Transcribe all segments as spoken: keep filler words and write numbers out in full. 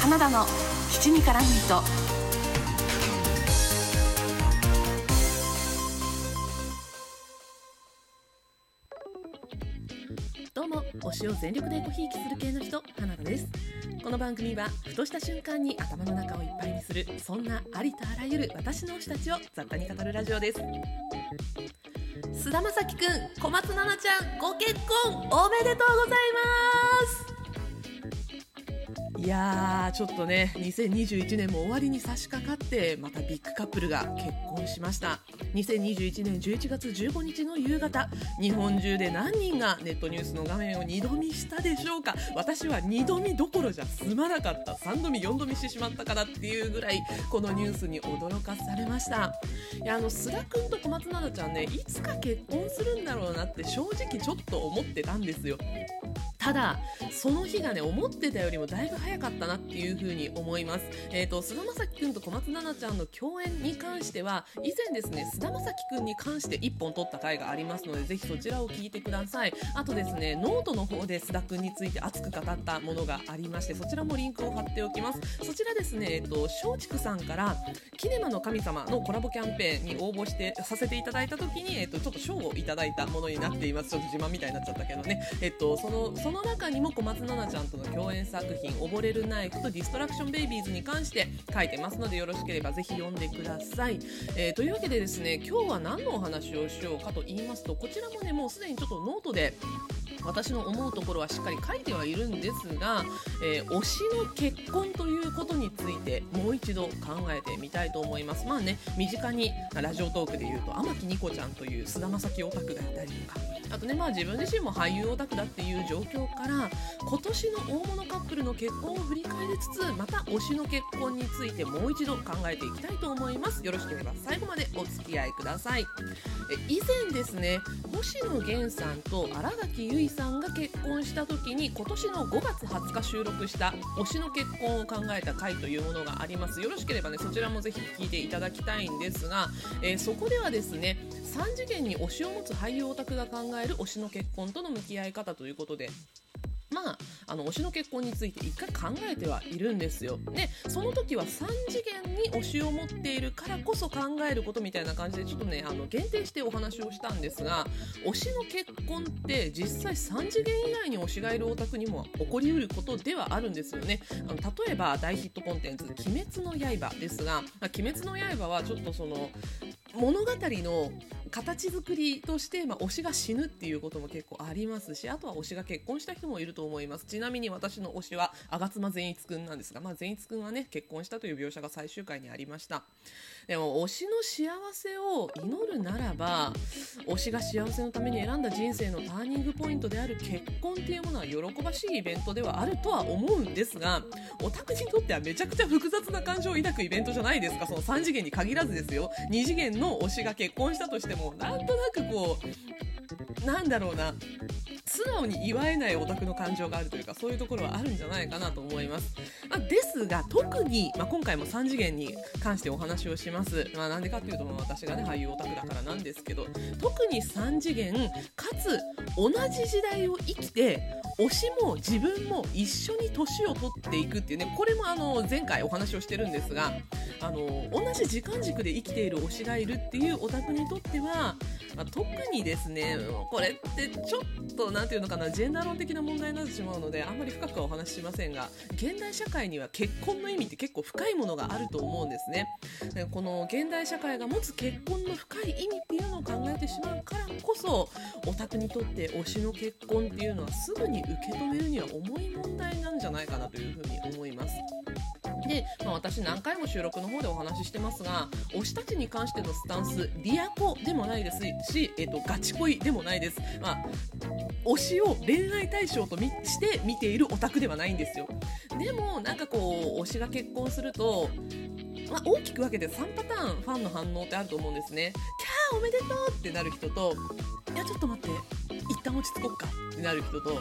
カナダの七味からミート。どうも、推しを全力でごひいきする系の人、花田です。この番組はふとした瞬間に頭の中をいっぱいにする、そんなありとあらゆる私の推したちを雑多に語るラジオです。菅田将暉くん、小松菜奈ちゃん、ご結婚おめでとうございます。いやー、ちょっとね、にせんにじゅういちねんも終わりに差し掛かって、またビッグカップルが結婚しました。にせんにじゅういちねんじゅういちがつじゅうごにちの夕方、日本中で何人がネットニュースの画面を二度見したでしょうか。私は二度見どころじゃ済まなかった。三度見四度見してしまったからっていうぐらい、このニュースに驚かされました。いや、あの須田くんと小松菜奈ちゃんね、いつか結婚するんだろうなって正直ちょっと思ってたんですよ。ただその日がね、思ってたよりもだいぶ早かったなっていう風に思います。えーと菅田将暉くんと小松菜奈ちゃんの共演に関しては、以前ですね、菅田将暉くんに関していっぽん撮った回がありますので、ぜひそちらを聞いてください。あとですね、ノートの方で須田くんについて熱く語ったものがありまして、そちらもリンクを貼っておきます。そちらですね、えーと松竹さんからキネマの神様のコラボキャンペーンに応募してさせていただいた時に、えーとちょっと賞をいただいたものになっています。ちょっと自慢みたいになっちゃったけどね。えっ、ー、とそのその中にも小松菜奈ちゃんとの共演作品、溺れるナイフとディストラクションベイビーズに関して書いてますので、よろしければぜひ読んでください。えー、というわけでですね、今日は何のお話をしようかと言いますと、こちらもね、もうすでにちょっとノートで私の思うところはしっかり書いてはいるんですが、えー、推しの結婚ということについてもう一度考えてみたいと思います。まあね、身近にラジオトークでいうと天木ニコちゃんという菅田将暉オタクだったりとか、あとね、まあ自分自身も俳優オタクだっていう状況から、今年の大物カップルの結婚を振り返りつつ、また推しの結婚についてもう一度考えていきたいと思います。よろしければ最後までお付き合いください。え以前ですね、星野源さんと新垣結衣さんが結婚した時に、今年のごがつはつか収録した推しの結婚を考えた回というものがあります。よろしければね、そちらもぜひ聞いていただきたいんですが、えー、そこではですね、さん次元に推しを持つ俳優オタクが考える推しの結婚との向き合い方ということで、まあ、あの推しの結婚について一回考えてはいるんですよ。で、その時はさん次元に推しを持っているからこそ考えることみたいな感じで、ちょっとね、あの限定してお話をしたんですが、推しの結婚って実際さん次元以外に推しがいるオタクにも起こりうることではあるんですよね。あの例えば大ヒットコンテンツ「鬼滅の刃」ですが、鬼滅の刃はちょっとその物語の形作りとして、まあ、推しが死ぬっていうことも結構ありますし、あとは推しが結婚した人もいると思います。ちなみに私の推しは吾妻善逸くんなんですが、まあ、善逸くんはね、結婚したという描写が最終回にありました。でも推しの幸せを祈るならば、推しが幸せのために選んだ人生のターニングポイントである結婚っていうものは喜ばしいイベントではあるとは思うんですが、オタクにとってはめちゃくちゃ複雑な感情を抱くイベントじゃないですか。そのさん次元に限らずですよ。に次元の推しが結婚したとしても、なんとなくこう、なんだろうな、素直に祝えないオタクの感情があるというか、そういうところはあるんじゃないかなと思います。まあ、ですが特に、まあ、今回もさん次元に関してお話をします。まあ、なんでかっていうと、まあ、私がね、俳優オタクだからなんですけど、特にさん次元かつ同じ時代を生きて、推しも自分も一緒に年を取っていくっていうね、これもあの前回お話をしてるんですが、あの同じ時間軸で生きている推しがいるっていうオタクにとっては、まあ、特にですね、これってちょっとなんていうのかな、ジェンダー論的な問題になってしまうので、あんまり深くはお話ししませんが、現代社会には結婚の意味って結構深いものがあると思うんですね。でこの現代社会が持つ結婚の深い意味っていうのを考えてしまうからこそ、オタクにとって推しの結婚っていうのはすぐに受け止めるには重い問題なんじゃないかなというふうに思います。で、まあ、私何回も収録の方でお話ししてますが、推したちに関してのスタンス、リアコでもないですし、えっと、ガチ恋でもないです。まあ、推しを恋愛対象とみして見ているオタクではないんですよ。でもなんかこう、推しが結婚すると、まあ、大きく分けてさんパターンファンの反応ってあると思うんですね。キャーおめでとうってなる人と、いやちょっと待って一旦落ち着こっかってなる人と、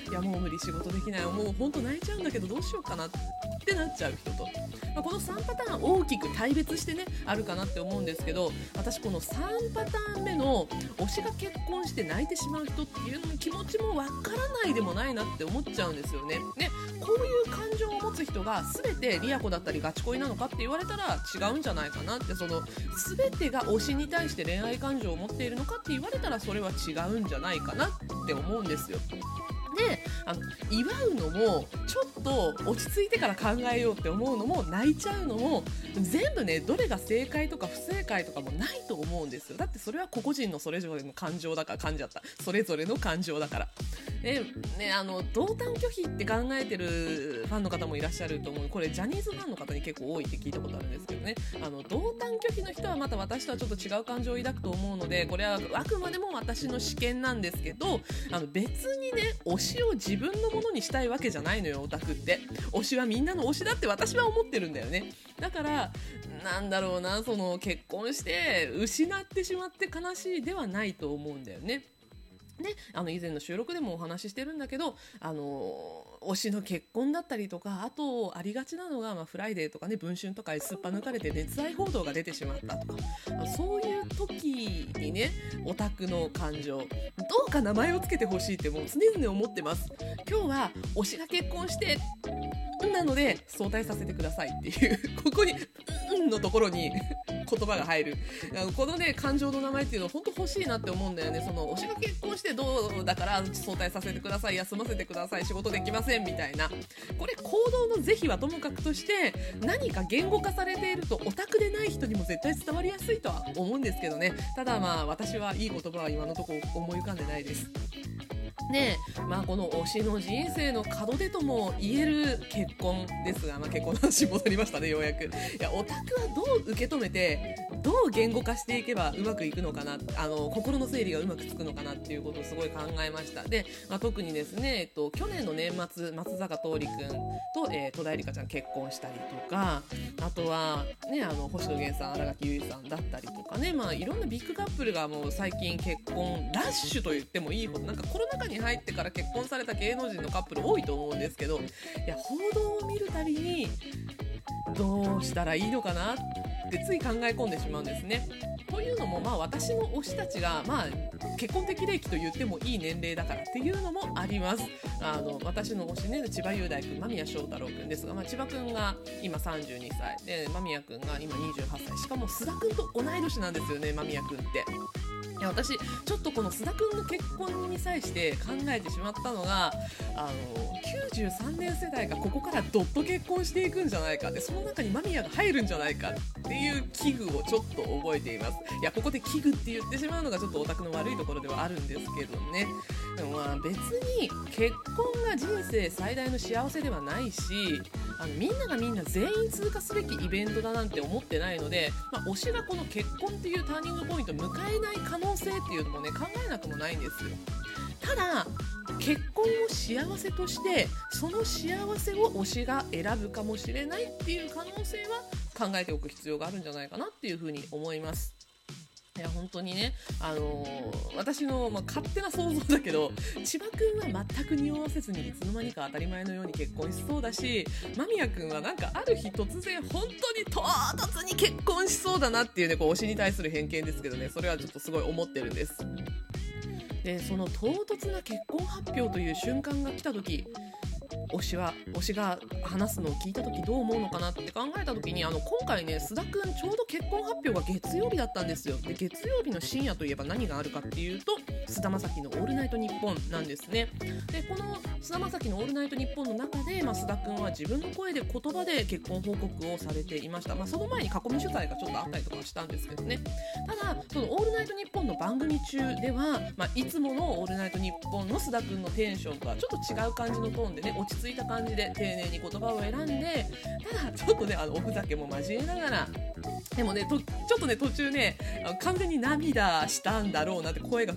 いやもう無理、仕事できない、もう本当泣いちゃうんだけどどうしようかなってなっちゃう人と、まあ、このさんパターン大きく大別してねあるかなって思うんですけど、私このさんパターン目の推しが結婚して泣いてしまう人っていうの気持ちもわからないでもないなって思っちゃうんですよね。ね、こういう感情を持つ人が全てリアコだったりガチ恋なのかって言われたら違うんじゃないかなって、その全てが推しに対して恋愛感情を持っているのかって言われたらそれは違うんじゃないかなって思うんですよ。で、あの祝うのもちょっと落ち着いてから考えようって思うのも泣いちゃうのも全部ね、どれが正解とか不正解とかもないと思うんですよ。だってそれは個々人のそれぞれの感情だから、感じちゃったそれぞれの感情だから。でね、あの同担拒否って考えてるファンの方もいらっしゃると思う。これジャニーズファンの方に結構多いって聞いたことあるんですけどね、あの同担拒否の人はまた私とはちょっと違う感情を抱くと思うので、これはあくまでも私の試験なんですけど、あの別にね推しを自分のものにしたいわけじゃないのよ、オタクって。推しはみんなの推しだって私は思ってるんだよね。だからなんだろうな、その結婚して失ってしまって悲しいではないと思うんだよね。で、あの以前の収録でもお話ししてるんだけど、あの推しの結婚だったりとか、あとありがちなのが、まあ、フライデーとかね、文春とかにすっぱ抜かれて熱愛報道が出てしまったとか、そういう時にね、オタクの感情どうか名前をつけてほしいってもう常々思ってます。今日は推しが結婚してなので早退させてくださいっていうここにうんのところに言葉が入る、このね感情の名前っていうのは本当欲しいなって思うんだよね。その推しが結婚してどうだから早退させてください、休ませてください、仕事できませんみたいな、これ行動の是非はともかくとして何か言語化されているとオタクでない人にも絶対伝わりやすいとは思うんですけどね。ただまあ私はいい言葉は今のところ思い浮かんでないです。で、まあ、この推しの人生の門出とも言える結婚ですが、まあ、結婚の話に戻りましたね、ようやく。いや、オタクはどう受け止めてどう言語化していけばうまくいくのかな、あの心の整理がうまくつくのかなっていうことをすごい考えました。で、まあ、特にですね、えっと、去年の年末松坂桃李くんと、えー、戸田恵梨香ちゃん結婚したりとか、あとは、ね、あの星野源さん、新垣結衣さんだったりとかね、まあ、いろんなビッグカップルがもう最近結婚ラッシュと言ってもいいほど、なんかコロナ禍に入ってから結婚された芸能人のカップル多いと思うんですけど、いや報道を見るたびにどうしたらいいのかなってつい考え込んでしまうんですね。というのも、まあ、私の推したちが、まあ、結婚適齢期と言ってもいい年齢だからっていうのもあります。あの私の推しね、千葉雄大君、間宮祥太朗君ですが、まあ、千葉君が今さんじゅうにさいで、間宮君が今にじゅうはっさい、しかも須田君と同い年なんですよね、間宮君って。いや、私ちょっとこの須田君の結婚に際して考えてしまったのが、あのきゅうじゅうさんねん世代がここからどっと結婚していくんじゃないか、でその中に間宮が入るんじゃないかっていう危惧をちょっと覚えています。いや、ここで危惧って言ってしまうのがちょっとオタクの悪いところではあるんですけどね。でもまあ別に結婚が人生最大の幸せではないし、あのみんながみんな全員通過すべきイベントだなんて思ってないので、まあ、推しがこの結婚っていうターニングポイントを迎えない可能性っていうのもね、考えなくもないんですよ。ただ結婚を幸せとしてその幸せを推しが選ぶかもしれないっていう可能性は考えておく必要があるんじゃないかなっていうふうに思います。いや本当にね、あのー、私の、まあ、勝手な想像だけど、千葉くんは全く匂わせずにいつの間にか当たり前のように結婚しそうだし、間宮くんはなんかある日突然本当に唐突に結婚しそうだなっていうね、こう推しに対する偏見ですけどね、それはちょっとすごい思ってるんです。で、その唐突な結婚発表という瞬間が来た時、推しは推しが話すのを聞いた時どう思うのかなって考えた時に、あの今回ね、須田くんちょうど結婚発表が月曜日だったんですよ。で、月曜日の深夜といえば何があるかっていうと、菅田将暉のオールナイトニッポンなんですね。で、この菅田将暉のオールナイトニッポンの中で、まあ、須田くんは自分の声で言葉で結婚報告をされていました。まあ、その前に囲み取材がちょっとあったりとかしたんですけどね。ただそのオールナイトニッポンの番組中では、まあ、いつものオールナイトニッポンの須田くんのテンションとはちょっと違う感じのトーンでね、落ち着いた感じで丁寧に言葉を選んで、ただちょっとね、あのおふざけも交えながら、でもね、とちょっとね途中ね、あの完全に涙したんだろうなって、声が震えるよ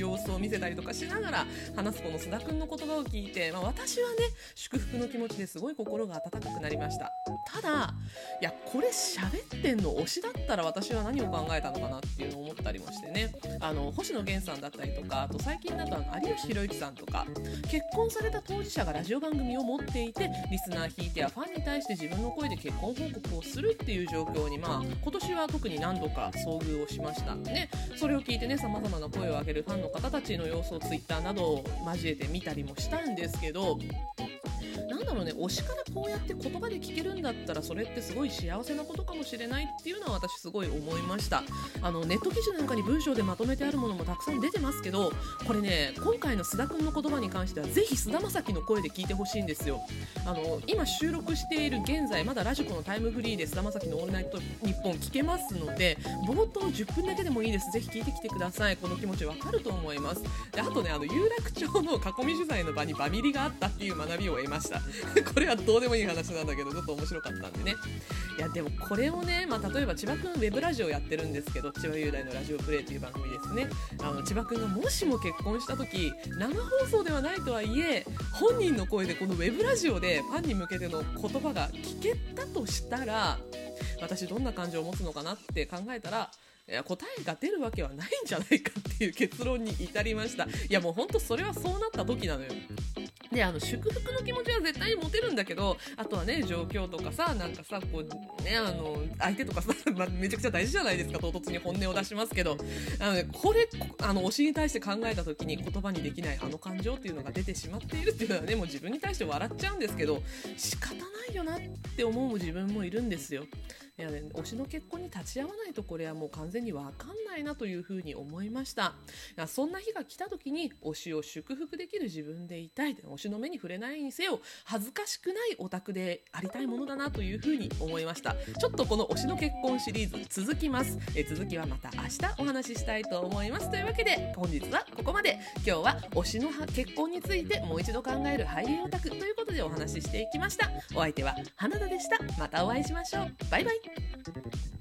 様子を見せたりとかしながら話すこの須田くんの言葉を聞いて、まあ、私はね祝福の気持ちですごい心が温かくなりました。ただいやこれ喋ってんの推しだったら私は何を考えたのかなっていうのを思ったりもしてね、あの星野源さんだったりとか、あと最近だとあの有吉弘行さんとか、結婚された当事者がラジオ番組を持っていてリスナー引いてやファンに対して自分の声で結婚報告をするっていう状況に、まあ今年は特に何度か遭遇をしましたね。それを聞いてね、様々な声を上げるファンの方たちの様子をツイッターなどを交えて見たりもしたんですけど、なんだろうね、推しからこうやって言葉で聞けるんだったらそれってすごい幸せなことかもしれないっていうのは私すごい思いました。あのネット記事なんかに文章でまとめてあるものもたくさん出てますけど、これね今回の須田くんの言葉に関してはぜひ須田まさきの声で聞いてほしいんですよ。あの今収録している現在まだラジコのタイムフリーで須田まさきのオールナイトニッポン聞けますので、冒頭じゅっぷんだけでもいいです。ぜひ聞いてきてください。この気持ちわかると思います。であとね、あの有楽町の囲み取材の場にバミリがあったっていう学びを得ましたこれはどうでもいい話なんだけどちょっと面白かったんでね。いやでもこれをね、まあ、例えば千葉くんウェブラジオやってるんですけど、千葉雄大のラジオプレイという番組ですね。あの千葉くんがもしも結婚した時、生放送ではないとはいえ本人の声でこのウェブラジオでファンに向けての言葉が聞けたとしたら、私どんな感情を持つのかなって考えたら、いや答えが出るわけはないんじゃないかっていう結論に至りました。いやもうほんとそれはそうなった時なのよ。であの祝福の気持ちは絶対に持てるんだけど、あとはね状況とかさ、なんかさこうね、あの相手とかさ、まあ、めちゃくちゃ大事じゃないですか。唐突に本音を出しますけど、あの、ね、これあの推しに対して考えた時に言葉にできないあの感情っていうのが出てしまっているっていうのはね、もう自分に対して笑っちゃうんですけど、仕方ないよなって思う自分もいるんですよ。いやね、推しの結婚に立ち会わないとこれはもう完全に分かんないなというふうに思いました。いやそんな日が来た時に推しを祝福できる自分でいたい、推しの目に触れないにせよ恥ずかしくないオタクでありたいものだなというふうに思いました。ちょっとこの推しの結婚シリーズ続きます。え続きはまた明日お話ししたいと思います。というわけで本日はここまで。今日は推しの結婚についてもう一度考える俳優オタクということでお話ししていきました。お相手は花田でした。またお会いしましょう。バイバイ。